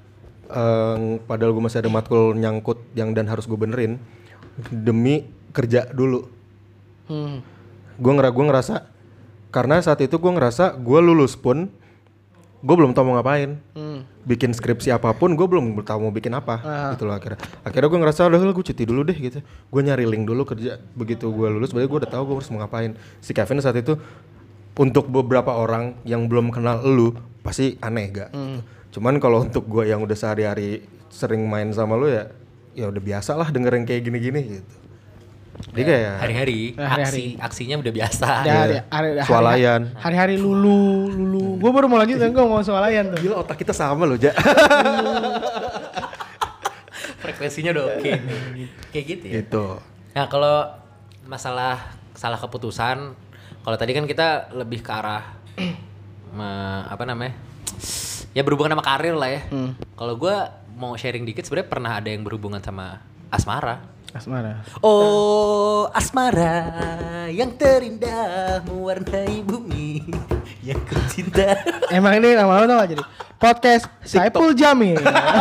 padahal gue masih ada matkul nyangkut yang dan harus gue benerin demi kerja dulu. Gue ngerasa karena saat itu gue ngerasa gue lulus pun gue belum tahu mau ngapain. Bikin skripsi apapun gue belum tahu mau bikin apa gitu loh akhirnya gue ngerasa udah gue cuti dulu deh gitu, gue nyari link dulu kerja. Begitu gue lulus berarti gue udah tahu gue harus mau ngapain. Si Kevin saat itu untuk beberapa orang yang belum kenal lu pasti aneh gak gitu. Cuman kalau untuk gue yang udah sehari-hari sering main sama lu ya udah biasa lah dengerin kayak gini-gini gitu. Dia kayak hari-hari aksinya udah biasa. swalayan. Hari-hari lulu. Gue baru mau lanjut kan gue ngomong swalayan tuh. Gila otak kita sama loh, Ja. Frekuensinya udah oke. Kayak gitu ya. Gitu. Nah, kalau masalah salah keputusan, kalau tadi kan kita lebih ke arah apa namanya? Ya berhubungan sama karir lah ya. Kalau gue mau sharing dikit, sebenarnya pernah ada yang berhubungan sama asmara. Oh, asmara yang terindah mewarnai bumi yang ku cinta. Emang ini lama-lama tau gak jadi podcast Saipul Jamil.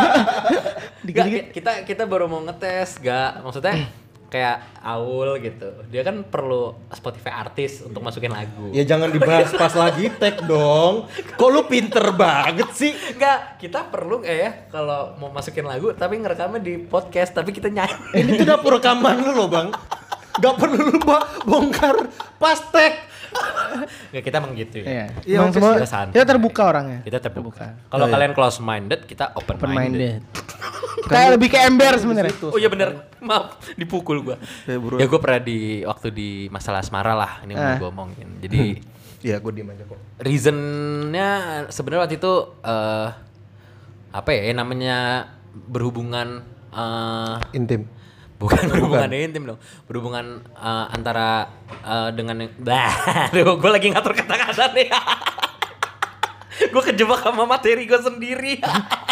Kita baru mau ngetes, gak maksudnya kayak Aul gitu. Dia kan perlu Spotify artis untuk masukin lagu. Ya jangan dibahas pas lagi tag dong. Kok lu pinter banget sih? Enggak, kita perlu ya kalau mau masukin lagu tapi ngerekamnya di podcast tapi kita nyanyi. Ini tuh dapur rekaman lu loh, Bang. Gak perlu lu bongkar pas tag. Nggak, kita emang gitu ya. Iya. Emang semua kita terbuka orangnya. Kita terbuka. Kalau kalian close minded, kita open minded. Kita lebih ke ember sebenarnya. Oh iya benar. Maaf, dipukul gua. Ya gua pernah waktu di masalah asmara lah ini mau gua omongin. Jadi ya gua diem aja kok. Reasonnya sebenarnya waktu itu apa ya namanya berhubungan intim. Bukan berhubungan intim dong. Berhubungan antara dengan gue lagi ngatur kata-kata nih. Gue kejebak sama materi gue sendiri.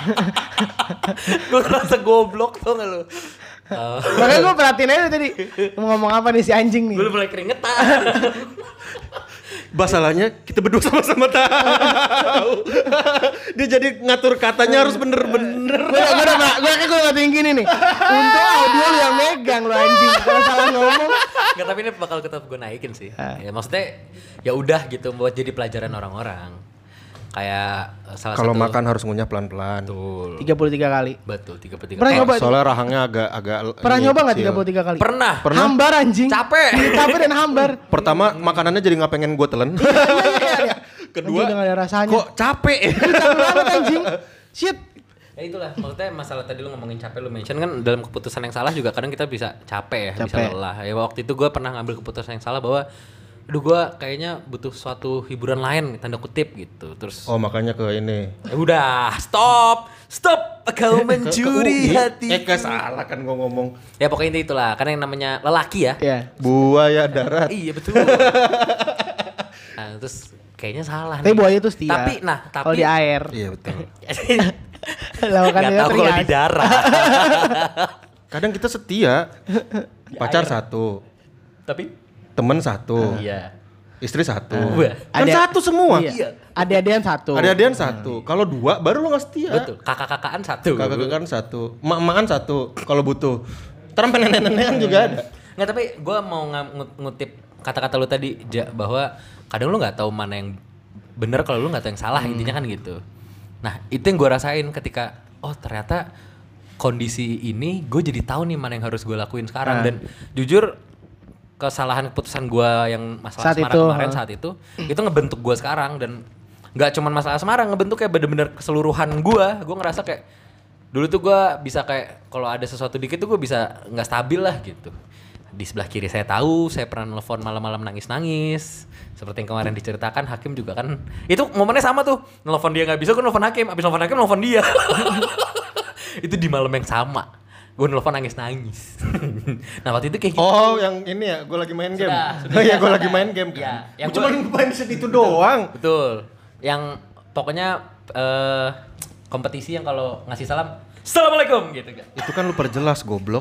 Gue ngerasa goblok tau gak lu. Makanya gue perhatiin aja tadi mau ngomong apa nih si anjing nih. Gue mulai keringetan. Masalahnya kita berdua sama-sama tahu. Dia jadi ngatur katanya harus bener-bener. Gue ngatain gini nih. Untuk audio lu yang megang lu anjing. Kalau salah ngomong. Nggak, tapi ini bakal tetap gue naikin sih. Ya maksudnya ya udah gitu buat jadi pelajaran orang-orang. Kayak salah kalau satu. makan harus ngunyah pelan-pelan. Betul. 33 kali. Betul, 33 Pernah kali. nyoba? Soalnya rahangnya agak Pernah nyoba enggak 33 kali? Pernah. Hambar anjing. Capek. Capek dan hambar. Pertama makanannya jadi nggak pengen gue telen. Kedua udah gak ada rasanya. Kok capek? Capek banget anjing. Shit. Ya itulah, maksudnya masalah tadi lu ngomongin capek, lu mention kan dalam keputusan yang salah juga kadang kita bisa capek ya, bisa lelah. Ya waktu itu gue pernah ngambil keputusan yang salah bahwa aduh gue kayaknya butuh suatu hiburan lain, tanda kutip gitu. Terus oh makanya ke ini. Udah, stop kau mencuri hati. Salah kan gue ngomong. Ya pokoknya itulah, karena yang namanya lelaki ya. Iya. Buaya darat. Iya betul. Nah, terus kayaknya salah Tapi nih. buaya itu setia. Tapi kalau di air. Iya betul. Lakukan nggak dia tahu kalau di darat. Kadang kita setia. Pacar satu. Tapi temen satu. iya. Istri satu. Kan Ada- satu semua. Iya. Adik-adikan satu. Ada-adian satu. Kalau dua baru lo gak setia. Betul. Kakak-kakaan satu. Kakak-kakan satu. Emak-emakan satu. Kalau butuh. Ntar nenek-nenekan juga ada. Nggak, tapi gue mau ngutip kata-kata lu tadi, Ja, bahwa kadang lu nggak tahu mana yang benar kalau lu nggak tahu yang salah, intinya kan gitu. Nah itu yang gue rasain ketika ternyata kondisi ini gue jadi tahu nih mana yang harus gue lakuin sekarang. Dan jujur kesalahan keputusan gue yang masalah Saat asmara itu, kemarin saat itu ngebentuk gue sekarang. Dan nggak cuma masalah asmara, ngebentuk kayak bener-bener keseluruhan gue ngerasa kayak dulu tuh gue bisa kayak kalau ada sesuatu dikit tuh gue bisa nggak stabil lah gitu. Di sebelah kiri saya tahu, saya pernah nelfon malam-malam nangis-nangis. Seperti yang kemarin diceritakan, Hakim juga kan. Itu momennya sama tuh. Nelfon dia gak bisa, gue nelfon Hakim. Abis nelfon Hakim, nelfon dia. Itu di malam yang sama. Gue nelfon nangis-nangis. Nah waktu itu kayak gitu. Oh yang ini ya, gue lagi main game. Sudah, Iya gue lagi main game Iya, kan. yang Cuma main set itu doang. Betul. Yang pokoknya kompetisi yang kalau ngasih salam, Assalamualaikum gitu kan. Itu kan lu perjelas goblok.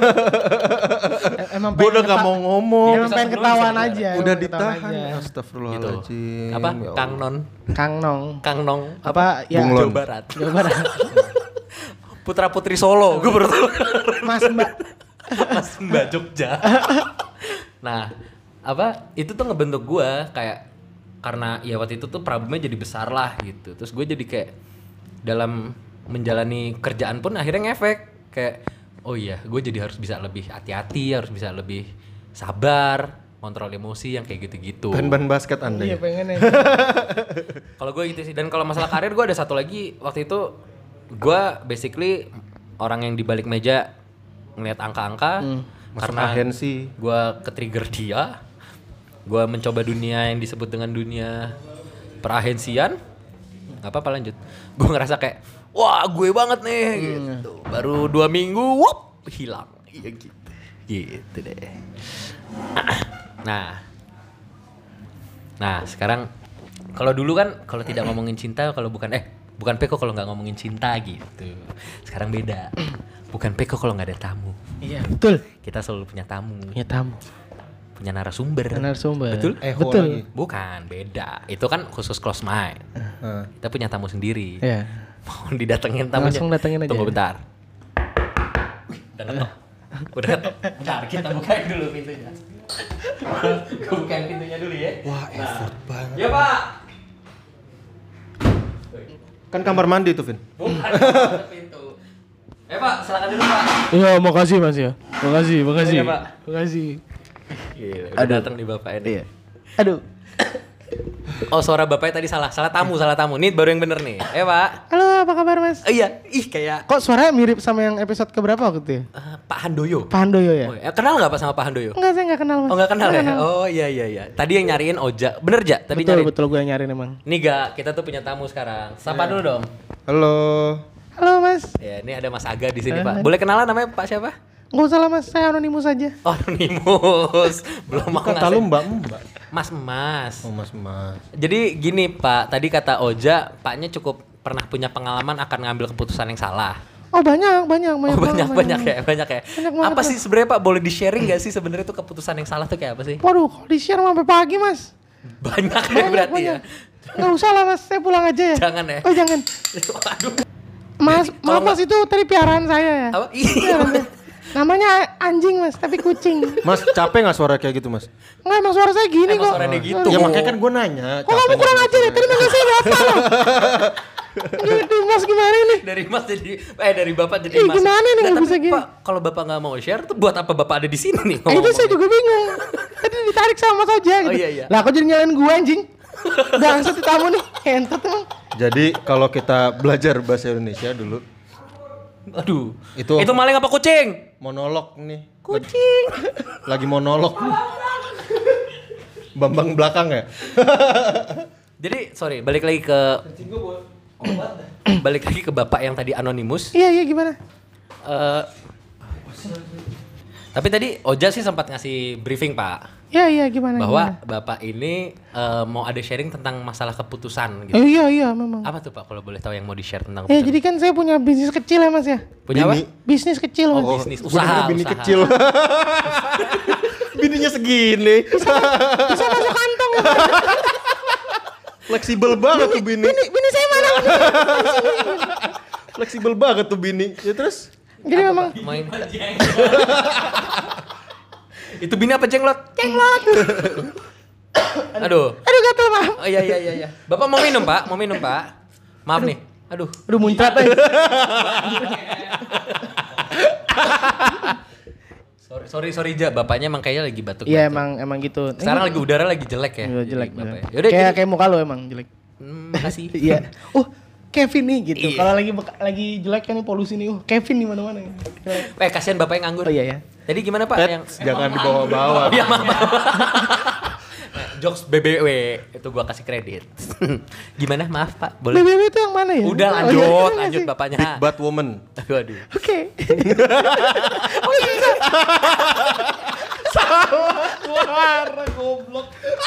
Emang Gue udah gak mau ngomong. Emang pengen ketahuan aja. Udah emang ketahuan ditahan. aja. Astagfirullahaladzim. Gitu. Apa? Ya Kang Allah. Kang Nong. Apa? Ya. Bunglon. Jawa Barat. Jawa Barat. Putra Putri Solo. Gue baru tahu. Mas Mbak. Mas Mbak Jogja. Nah, apa? Itu tuh ngebentuk gue kayak karena ya waktu itu tuh problemnya jadi besar lah gitu. Terus gue jadi kayak dalam menjalani kerjaan pun akhirnya ngefek kayak oh iya gue jadi harus bisa lebih hati-hati, harus bisa lebih sabar, kontrol emosi yang kayak gitu-gitu. Ban basket Anda Iya ya? pengen ya. Kalau gue gitu sih. Dan kalau masalah karir gue ada satu lagi. Waktu itu gue basically orang yang di balik meja ngeliat angka-angka karena agensi. gue ke-trigger dia. Gue mencoba dunia yang disebut dengan dunia perahensian. Gak apa-apa lanjut. Gue ngerasa kayak wah gue banget nih gitu. Baru 2 minggu wop hilang. Iya gitu. Gitu deh. Nah sekarang kalau dulu kan kalau tidak ngomongin cinta kalau bukan Peko kalau nggak ngomongin cinta gitu. Sekarang beda. Bukan Peko kalau nggak ada tamu. Iya betul. Kita selalu punya tamu. Punya tamu. Punya narasumber. Betul? Betul. Lagi. Bukan, beda. Itu kan khusus close mind. Kita punya tamu sendiri. Iya. Mau didatengin tamunya. Langsung datengin aja. Tunggu bentar. Udah ketok. Udah ketok. Bentar, kita bukain dulu pintunya. Gue bukain pintunya dulu ya. Wah, effort banget. Ya Pak. Kan kamar mandi tuh, Vin. Bukan pintu. Pak, silakan dulu Pak. Iya, makasih Mas ya. Makasih. Iya, Pak. Makasih. Gila, udah datang nih Bapak ini. Iya. Aduh. Oh, suara Bapaknya tadi salah tamu. Nih baru yang bener nih. Pak. Halo, apa kabar Mas? Iya, kayak Kok suaranya mirip sama yang episode keberapa waktu itu ya? Pak Handoyo. Pak Handoyo ya? Oh, kenal nggak Pak sama Pak Handoyo? Enggak, saya enggak kenal Mas. Oh nggak kenal ya? Oh iya. Tadi yang nyariin Oja, bener Ja? Tadi nyariin. Betul gue nyariin emang. Nih kita tuh punya tamu sekarang. Sapa dulu dong. Halo. Halo Mas. Ya, ini ada Mas Aga di sini Pak. Boleh kenalan namanya Pak siapa? Nggak usah lah Mas, saya anonimus aja. Oh, anonimus. Belum mau Kata lu ngasih. Mbak. Mas. Oh, Mas. Jadi gini Pak, tadi kata Oja, Paknya cukup pernah punya pengalaman akan ngambil keputusan yang salah. Oh banyak Banyak ya. Banyak banget, Apa sih sebenarnya Pak? Boleh di-sharing nggak sih sebenarnya itu keputusan yang salah tuh kayak apa sih? Waduh, kalau di-share sampai pagi Mas. Banyak ya berarti ya. Nggak usah lah Mas, saya pulang aja ya. Jangan ya. Oh jangan. Aduh. Mas, maaf Mas itu tadi piaraan saya ya. Apa? Piaraan saya. Namanya anjing Mas, tapi kucing. Mas, capek gak suara kayak gitu, Mas? Enggak, emang suara saya gini Emang kok. suaranya gitu. Ya makanya kan gue nanya. Kok kamu kurang ajar ya? Terima kasih Bapak loh. Jadi Mas gimana nih? Dari Mas jadi dari Bapak jadi Mas. Gimana nih nggak tapi bisa gini? Pak, kalau Bapak nggak mau share tuh buat apa Bapak ada di sini nih? Itu saya juga bingung. Tadi ditarik sama Mas Oja gitu. Oh, iya. Lah aku jadi nyalain gue anjing. Bangsat itu tamu nih. Entot emang. Jadi kalau kita belajar bahasa Indonesia dulu, Aduh. Itu maling apa kucing? monolog nih. Kucing. Lagi monolog. Bambang belakang ya? Jadi sorry, balik lagi ke Bapak yang tadi anonimus. Iya gimana? Tapi tadi Oja sih sempat ngasih briefing Pak. Iya gimana? Bahwa Bapak ini mau ada sharing tentang masalah keputusan gitu. Iya memang. Apa tuh Pak kalau boleh tahu yang mau di-share tentang Ya keputusan? jadi kan saya punya bisnis kecil ya Mas ya. Punya apa? Bisnis kecil Mas. Bisnis Gua denger bini usaha. kecil. Bininya segini. Bisa masuk kantong. Fleksibel banget tuh bini. Bini saya mana? Fleksibel banget tuh bini. Ya terus? Jadi memang Main itu bini apa jenglot? Jenglot. Aduh. Aduh gatel maaf. Oh iya. Bapak mau minum Pak? Maaf nih. Aduh. Aduh muncrat aja. Sorry Ja, bapaknya emang kayaknya lagi batuk. Iya emang gitu. Sekarang lagi udara lagi jelek ya. Iya, jelek. Bapaknya. Yaudah, Kayak muka lo emang jelek. makasih. Iya. Kevin nih gitu. Iya. Kalau lagi jelek kan nih polusi nih. Kevin di mana-mana. Kasihan bapak yang nganggur. Oh iya ya. Tadi gimana Pak yang Jangan dibawa-bawa. Iya, maaf. Jokes BBW itu gua kasih kredit. Gimana? Maaf Pak, boleh? BBW itu yang mana ya? Udah Oh, iya, lanjut sih? bapaknya. Big Bad Woman. Waduh. Oke. Suara goblok.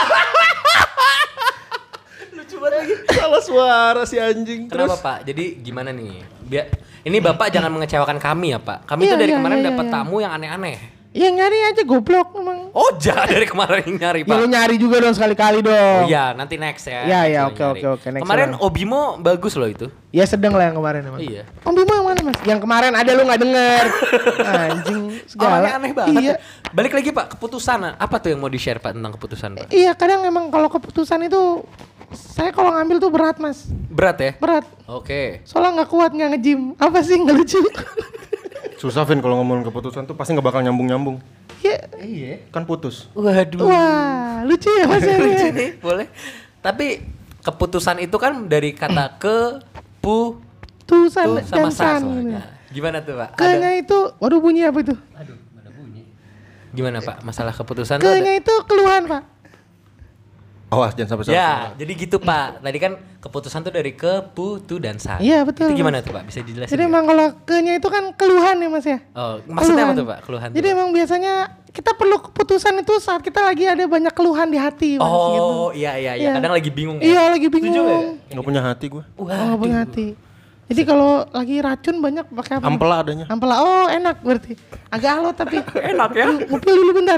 Lucu banget lagi. Salah suara si anjing. Kenapa Terus Pak? Jadi gimana nih? Ini Bapak jangan mengecewakan kami ya Pak. Kami Iya, tuh dari iya, kemarin iya, dapat iya. tamu yang aneh-aneh. Ya nyari aja goblok emang. Oja dari kemarin yang nyari, Ya Pak. lu nyari juga dong sekali-kali dong. Oh iya, nanti next ya. Iya, iya, Next oke, nyari. oke, oke, next Kemarin lah. Obimo bagus loh itu. Ya sedang lah yang kemarin emang. Iya. Om Bimo yang mana mas? Yang kemarin ada lu gak denger. Anjing segala. Orangnya aneh banget. Iya. Balik lagi Pak, keputusan. Apa tuh yang mau di-share Pak tentang keputusan Pak? Iya kadang emang kalau keputusan itu saya kalau ngambil tuh berat mas. Berat ya? Berat. Oke. Soalnya gak kuat gak nge-gym. Apa sih gak lucu? Susah Vin kalau ngomongin keputusan tuh pasti nggak bakal nyambung. Iya. Kan putus. Waduh. Wah lucu ya mas ya. Lucu nih, boleh. Tapi keputusan itu kan dari kata Tusan tuh sama dan san. san. Gitu. Gimana tuh Pak? Ke-nya itu, waduh bunyi apa itu? Gimana Pak? Masalah keputusan tuh Ke-nya itu keluhan pak. Awas jangan sampai salah. Ya, jadi gitu Pak. Tadi kan keputusan tuh dari tu dan san. Iya, betul, Itu gimana Mas. tuh Pak? Bisa dijelasin? Jadi nggak? emang kalau ke-nya itu kan keluhan ya mas ya. Oh, maksudnya apa Keluhan. tuh Pak? Keluhan. Jadi tuh, Pak? emang biasanya kita perlu keputusan itu saat kita lagi ada banyak keluhan di hati mas. Gitu. Oh, iya. Iya. Kadang lagi bingung ya. Iya lagi bingung. Setuju nggak? Nggak punya hati gue. Oh nggak punya hati. Jadi kalau lagi racun banyak pakai apa? Ampela adanya. Ampela. Oh enak berarti. Agak alot tapi. Enak ya? Ngupil dulu bentar.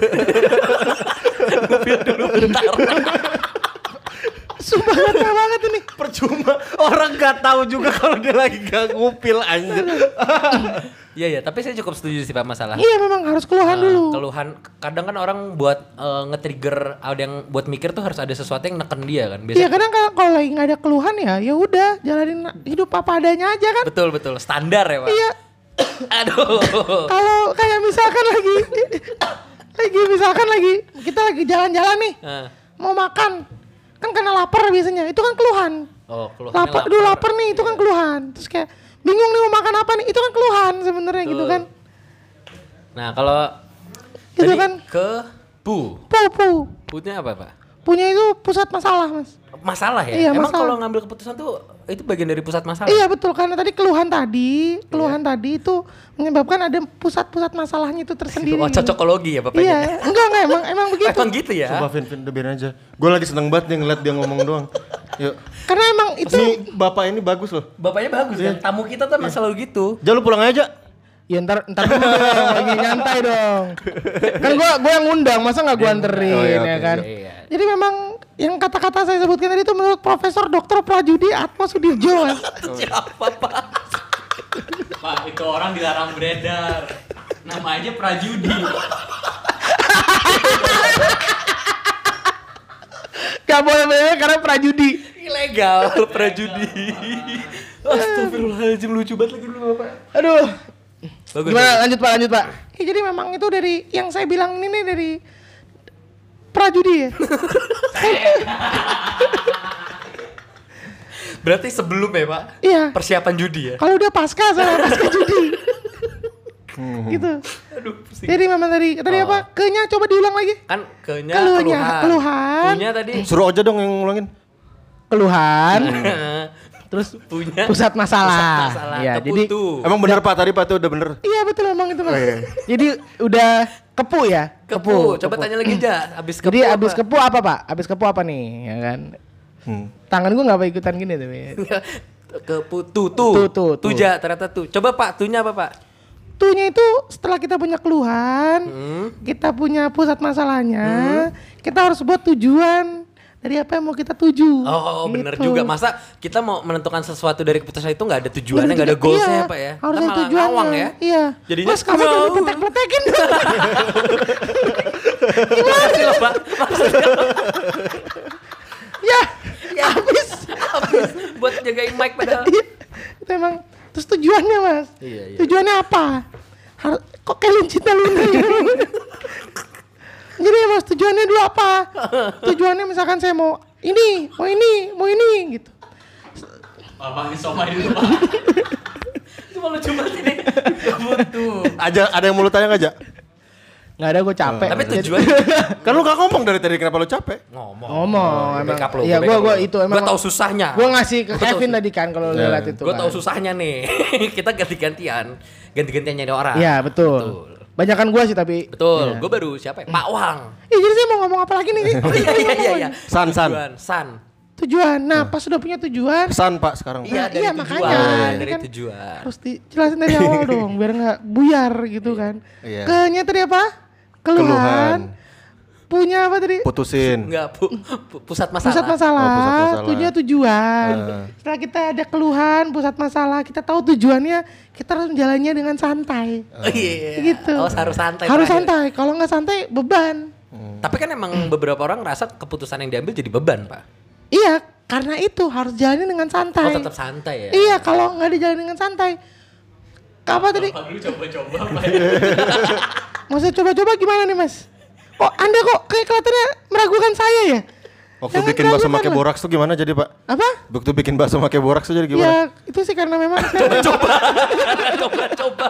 Sumpah gak banget ini. Percuma orang nggak tahu juga kalau dia lagi gak ngupil anjir. Iya, tapi saya cukup setuju sih Pak masalah. Iya memang harus keluhan dulu. Keluhan kadang kan orang buat nge-trigger ada yang buat mikir tuh harus ada sesuatu yang neken dia kan. Iya Biasanya kadang kalau lagi nggak ada keluhan ya udah jalanin hidup apa adanya aja kan. betul standar ya Pak. Iya. Aduh. Kalau kayak misalkan lagi kita lagi jalan-jalan nih Nah. mau makan kan karena lapar biasanya itu kan keluhan. Oh, keluhannya Lapar, aduh lapar nih itu kan keluhan. Terus kayak bingung nih mau makan apa nih itu kan keluhan sebenarnya gitu kan. Nah, kalau Gitu tadi kan. ke Pu punya apa Pak? punya itu pusat masalah mas. Masalah ya? Iya, Emang masalah. kalau ngambil keputusan tuh itu bagian dari pusat masalah? Iya betul karena tadi keluhan tadi itu menyebabkan ada pusat-pusat masalahnya itu tersendiri. Oh, cocokologi ya Bapak? Iya enggak emang begitu. Emang gitu ya? Coba Vin udah biarin aja. Gue lagi seneng banget nih ngeliat dia ngomong doang. Yuk. Karena emang itu Ini bapak ini bagus loh. Bapaknya bagus kan? Tamu kita tuh emang selalu gitu. Jangan lu pulang aja. ya ntar dulu dong, lagi nyantai dong. Kan gua yang ngundang, masa nggak gua anterin Oh, iya, ya oke, kan. iya. Jadi memang yang kata-kata saya sebutkan tadi itu menurut Profesor Dr. Prajudi Atmo Sudirjo. Mas. Siapa Pak? Pak, itu orang dilarang beredar. Nama aja Prajudi. Gak boleh bener karena prajudi. Ilegal Prajudi. Astagfirullahaladzim, lucu banget lagi dulu Bapak. Aduh. Bagus, Gimana lanjut Pak. Ya, jadi memang itu dari yang saya bilang ini nih dari prajudi ya. Berarti sebelum ya Pak? Iya. Persiapan judi ya? Kalau udah pasca judi. Gitu. Aduh, pusing. Jadi memang tadi apa? Ke-nya coba diulang lagi. Kan ke-nya Keluhan. Punya tadi. Suruh aja dong yang ngulangin. Keluhan. Terus Punya pusat masalah. Iya, jadi Emang bener Pak tadi Pak tuh udah bener. iya betul emang itu Mas. Oh, iya. Jadi udah kepu ya? kepu. Coba tanya lagi aja. Abis kepu Jadi apa? abis kepu apa Pak? Abis kepu apa nih? Ya kan. Tangan gua nggak apa ikutan gini tapi. Kepu Tu. Tuja ternyata tuh. Coba Pak, tunya apa Pak? Tunya itu setelah kita punya keluhan, kita punya pusat masalahnya, kita harus buat tujuan dari apa yang mau kita tuju. Oh bener Gitu. juga. Masa kita mau menentukan sesuatu dari keputusan itu nggak ada tujuannya, nggak ada goalsnya Iya, ya Pak ya? harus Kita ada malah tujuannya. ngawang ya? Iya. Jadinya Mas kamu jangan dipletek-pletekin. Gimana sih loh Pak? Ya, habis. Buat jagain mic padahal. Itu emang terus tujuannya Mas. Iya. Tujuannya apa? Kok kayak Lucinta Luna ya? Jadi Mas tujuannya dulu apa? Tujuannya misalkan saya mau ini gitu. Abang disomai dulu Pak. Cuma lucu banget ini. Tuh. Ada yang mau lu tanya nggak aja? Nggak ada gue capek. Tapi tujuan Kan lu gak ngomong dari tadi kenapa lu capek? ngomong emang. Backup lu. Iya gue itu emang. Gue tahu susahnya. Gue ngasih ke Kevin tadi kan kalau lihat itu. Gue kan. tahu susahnya nih. Kita ganti-gantian nyari orang. Iya betul. Banyakan gue sih tapi. Betul. Iya. Gue baru siapa ya? Pak Wang. Ya jadi saya mau ngomong apa lagi nih? Oh iya. San. Tujuan. Nah pas sudah punya tujuan. San Pak sekarang. Iya dari iya, tujuan. makanya. Ini Dari kan tujuan. Harus dijelasin dari awal dong biar nggak buyar gitu kan. Iya. Ke-nya tadi apa? keluhan. Punya apa tadi? Putusin. Enggak, pusat masalah. Pusat masalah. Oh, pusat masalah. Punya tujuan. Setelah kita ada keluhan, pusat masalah, kita tahu tujuannya, kita harus menjalannya dengan santai. Oh, iya. Gitu. Oh, harus santai. Harus terakhir. santai. Kalau nggak santai, beban. Tapi kan emang beberapa orang ngerasa keputusan yang diambil jadi beban, Pak. Iya, karena itu harus jalanin dengan santai. Oh, tetap santai ya. Iya, kalau nggak dijalanin dengan santai. Apa tadi? Dulu coba-coba, Pak. Maksudnya coba-coba gimana nih, Mas? Kok Anda kok kayak kelihatannya meragukan saya ya? Waktu Jangan bikin bakso meragukan pakai lah. boraks tuh gimana jadi Pak? Apa? Waktu bikin bakso pakai boraks tuh jadi gimana? Ya, itu sih karena memang Coba-coba.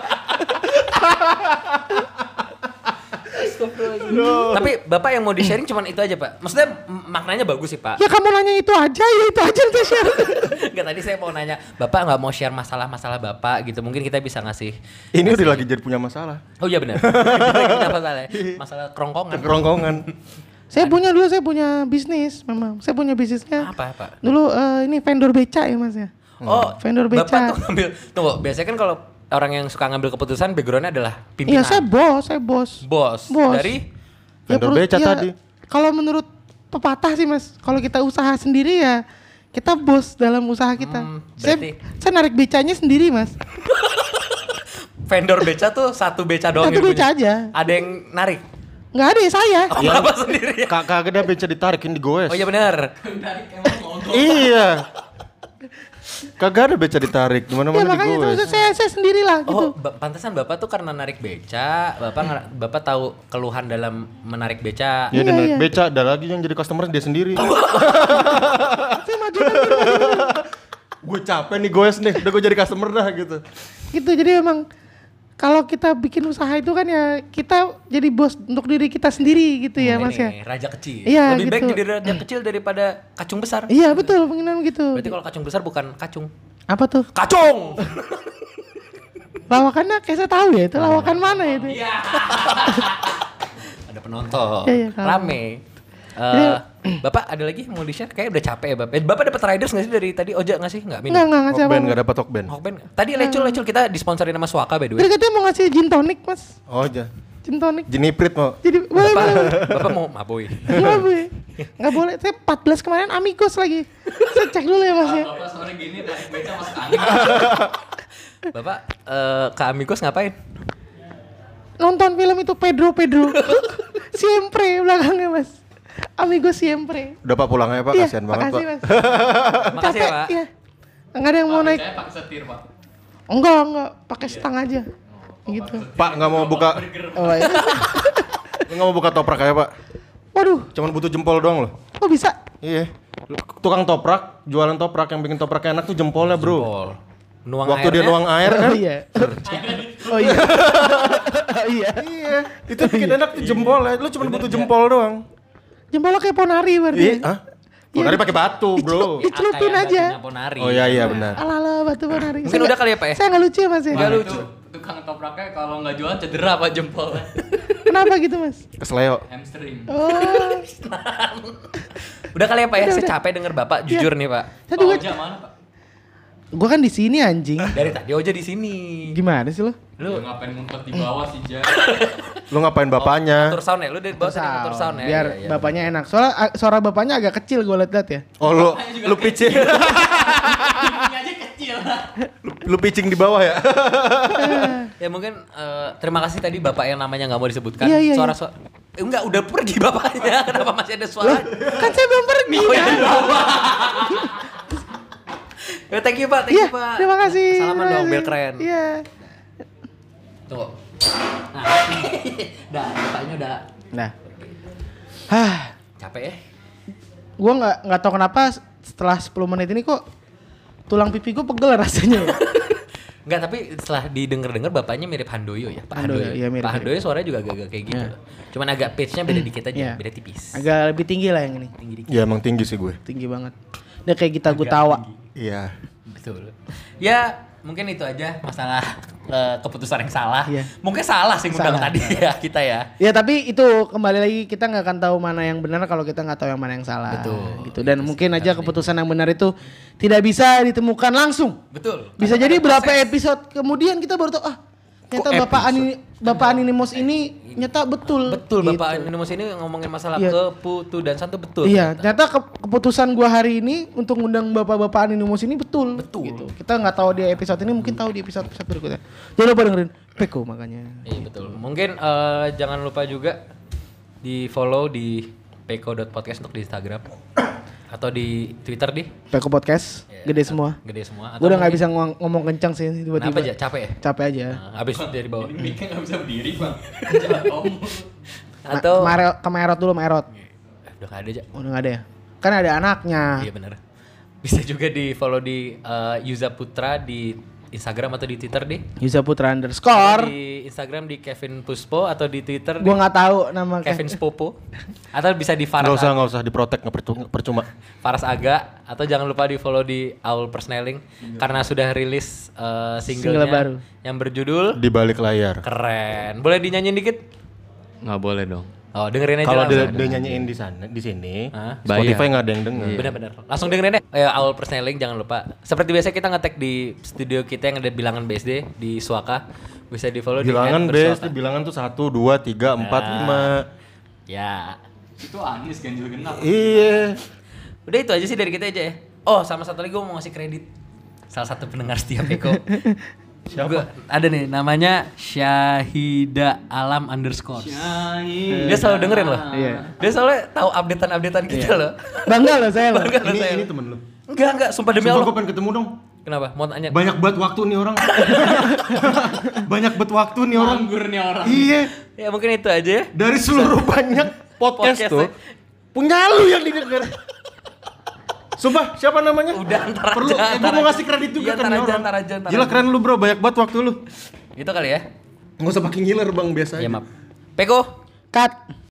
Tapi Bapak yang mau di-sharing cuman itu aja, Pak. Maksudnya maknanya bagus sih, Pak. ya kamu nanya itu aja, ya itu aja yang saya share. Enggak, tadi saya mau nanya, Bapak nggak mau share masalah-masalah Bapak gitu. Mungkin kita bisa ngasih. Ini udah lagi jadi punya masalah. Oh iya benar. Kita masalah, masalah kerongkongan. Kerongkongan. Saya punya bisnis memang. Saya punya bisnisnya. Apa, Pak? Dulu ini vendor beca ya, Mas ya. Oh, Vendor beca. Bapak tuh ngambil. Tunggu, biasanya kan kalau orang yang suka ngambil keputusan backgroundnya adalah pimpinan. Iya, saya bos. Bos. Bos. Dari Vendor beca tadi. Kalau menurut pepatah sih, Mas, kalau kita usaha sendiri ya kita bos dalam usaha kita. berarti- Saya narik becanya sendiri, Mas. vendor beca tuh satu beca doang. Satu yang beca punya. aja. Ada yang narik. Nggak ada ya saya. Oh, Bapak sendiri ya? Kagak ada beca ditarikin digoes. Oh iya benar. Iya. Kagak ada beca ditarik, Ya gimana-mana makanya digoes. terus saya sendirilah gitu. Oh, pantesan Bapak tuh karena narik beca, Bapak tahu keluhan dalam menarik beca. Dia Iya, narik iya. beca, ada lagi yang jadi customer dia sendiri. Saya majukan Gue capek nih goes nih, udah gue jadi customer dah gitu. gitu. Jadi memang kalau kita bikin usaha itu kan ya kita jadi bos untuk diri kita sendiri gitu ya, Mas ya. Ini raja kecil. Iya, Lebih baik gitu. jadi raja kecil daripada kacung besar. Iya betul, pengenalan gitu. Berarti kalau kacung besar bukan kacung. Apa tuh? Kacung. Lawakannya kayak saya tahu ya, itu lawakan mana ya itu? Ada penonton. Iya, iya, kalau- Rame. Bapak ada lagi mau di-share? Kayak udah capek ya, Bapak. Bapak dapat riders nggak sih dari tadi Oja nggak sih? Nggak minum. Enggak ngasih apa. Hokben gak dapat Hokben. Hokben. Tadi lecul kita disponsorin sama Swaka by the way. Tadi katanya mau ngasih gin tonic, Mas. Oh aja. Gin tonic. Jeniprit mau. Jadi boleh. Bapak mau maboi. Enggak boleh. Enggak boleh. Saya 14 kemarin amigos lagi. Saya cek dulu ya, Mas ya. Bapak sore gini naik beca masuk angin. Bapak ke Amigos ngapain? Nonton film itu Pedro. Siempre belakangnya, Mas. Amigos siempre. Udah Pak pulang aja Pak, Iya, kasihan banget makasih, Pak. Mas. Makasih ya, Pak. Iya. Enggak ada yang mau naik. Saya pakai setir, Pak. Enggak, pakai stang aja. Gitu. Pak nggak mau buka, Oh, iya. nggak mau buka toprak aja Pak. Waduh, Cuman butuh jempol doang loh. kok bisa? Iya. Tukang toprak, jualan toprak yang bikin topraknya enak tuh jempolnya bro. Jempol. Nuang Waktu dia airnya. nuang air kan. Oh iya. Oh iya. Oh iya. Iya. Itu bikin enak tuh jempolnya. Lu cuma butuh jempol doang. Jempolnya kayak ponari berarti. Iya. Hah? Ponari pakai batu bro. Dicelupin Kayak aja. batunya Ponari. Oh iya benar. Ala batu ponari. Mungkin udah kali ya, Pak ya? Saya nggak lucu ya, Mas ya. Nggak lucu. Tukang topraknya kalau nggak jualan cedera Pak jempolnya. Kenapa gitu, Mas? Kesleo. Hamstring. Oh. Udah kali ya, Pak ya? Udah, Saya udah. capek denger Bapak jujur nih, Pak. Saya Pak juga Oja mana Pak? gua kan di sini anjing. Dari tadi Oja di sini. Gimana sih lo? Lu ngapain ngumpet di bawah sih Ja? Lu ngapain bapaknya? Atur sound ya? Lu dari bawah sering atur sound ya? Biar Iya, iya. bapaknya enak. Soalnya suara bapaknya agak kecil gue liat ya. Oh lu pitching. Ini aja kecil. Lu pitching di bawah ya? Ya mungkin terima kasih tadi Bapak yang namanya nggak mau disebutkan. Iya, iya, Suara enggak, udah pergi Bapaknya. Kenapa masih ada suara? Kan saya belum pergi. Oh, iya. kan? Ya, thank you Pak, Iya, terima kasih. Salaman terima dong, kasih. biar keren. Iya. Tunggu. Nah, udah, Bapaknya udah Nah. Hah, capek ya? gua nggak tahu kenapa setelah 10 menit ini kok tulang pipi gue pegel rasanya. Enggak, tapi setelah didengar-dengar Bapaknya mirip Handoyo ya, Pak Handoyo, Handoyo. iya, mirip. Pak Handoyo suaranya juga agak kayak gitu. Iya. Cuman agak pitch-nya beda dikit aja, Iya. beda tipis. Agak lebih tinggi lah yang ini. Tinggi dikit. Ya emang tinggi sih gue. Tinggi banget. Dia kayak Gita Gutawa. Iya. Betul. Ya, mungkin itu aja masalah keputusan yang salah. Iya. Mungkin salah sih ngundang Salah, tadi ya kita ya. Ya tapi itu kembali lagi kita nggak akan tahu mana yang benar kalau kita nggak tahu yang mana yang salah. Betul. Gitu. Dan mungkin aja keputusan yang benar itu tidak bisa ditemukan langsung. Betul. Bisa jadi berapa episode kemudian kita baru tahu Ternyata Bapak Animus ini nyata betul. Betul, gitu. Bapak Animus ini ngomongin masalah Iya. keputusan tuh betul. Iya, ternyata keputusan gua hari ini untuk ngundang Bapak Animus ini betul. Betul. Gitu. Kita nggak tahu di episode ini, mungkin tahu di episode berikutnya. Jangan lupa dengerin Peko makanya. Iya betul. Mungkin jangan lupa juga di follow di peko.podcast untuk di Instagram atau di Twitter di Peko Podcast, gede semua. Gede semua. Gua udah nggak bisa ngomong kencang sih tiba-tiba. Kenapa aja? Capek ya? Capek aja. Habis dari bawah. Ini mic-nya nggak bisa berdiri bang. Jatuh. Atau ke Merot dulu, Merot. udah nggak ada aja. Udah nggak ada ya? Kan ada anaknya. Iya benar. Bisa juga di follow di Yuza Putra di Instagram atau di Twitter di Yuza Putra _ di Instagram di Kevin Puspo atau di Twitter Gua nggak tahu nama Kevin Spopo atau bisa di Faras Nggak usah diprotek, nggak percuma. Faras Aga atau jangan lupa di follow di Aul Persneling karena sudah rilis singlenya Single baru yang berjudul Di balik layar. Keren. Boleh dinyanyiin dikit? Nggak boleh dong. Oh, dengerin aja Kalau langsung. dia nyanyiin di sini, Hah? Spotify nggak ada yang denger. Benar-benar. Langsung dengerin deh. Aul Persneling jangan lupa. Seperti biasa kita nge-tag di studio kita yang ada bilangan BSD di Suaka. Bisa di-follow Bilangan di best, bilangan tuh 1, 2, 3, 4, 5. Ya. Itu Anis ganjil genap. Iya. Udah itu aja sih dari kita aja ya. Oh, sama satu lagi gue mau ngasih kredit. Salah satu pendengar setia Peko. Siapa? Ada nih namanya Syahida Alam _ Dia selalu dengerin loh. Iya. Dia selalu tahu updatean kita loh. Bangga loh saya loh. Bangga loh saya. Ini temen lu. Enggak, sumpah demi Sumpah Allah. gue pengen ketemu dong. Kenapa? Mau tanya. Banyak banget waktu nih orang. Banyak banget waktu nih orang. Anggur nih orang. Iya. Ya mungkin itu aja ya. Dari seluruh banyak podcast tuh, ya. punya lu yang didengar. Sumpah, siapa namanya? Udah ntar Perlu, aja. gue mau ngasih kredit juga Iya, kan ntar nih aja, orang. ntar aja. Gila keren lu bro, banyak banget waktu lu. Itu kali ya. Nggak usah pakai ngiler bang, biasa Ya aja. maaf. Peko. Cut.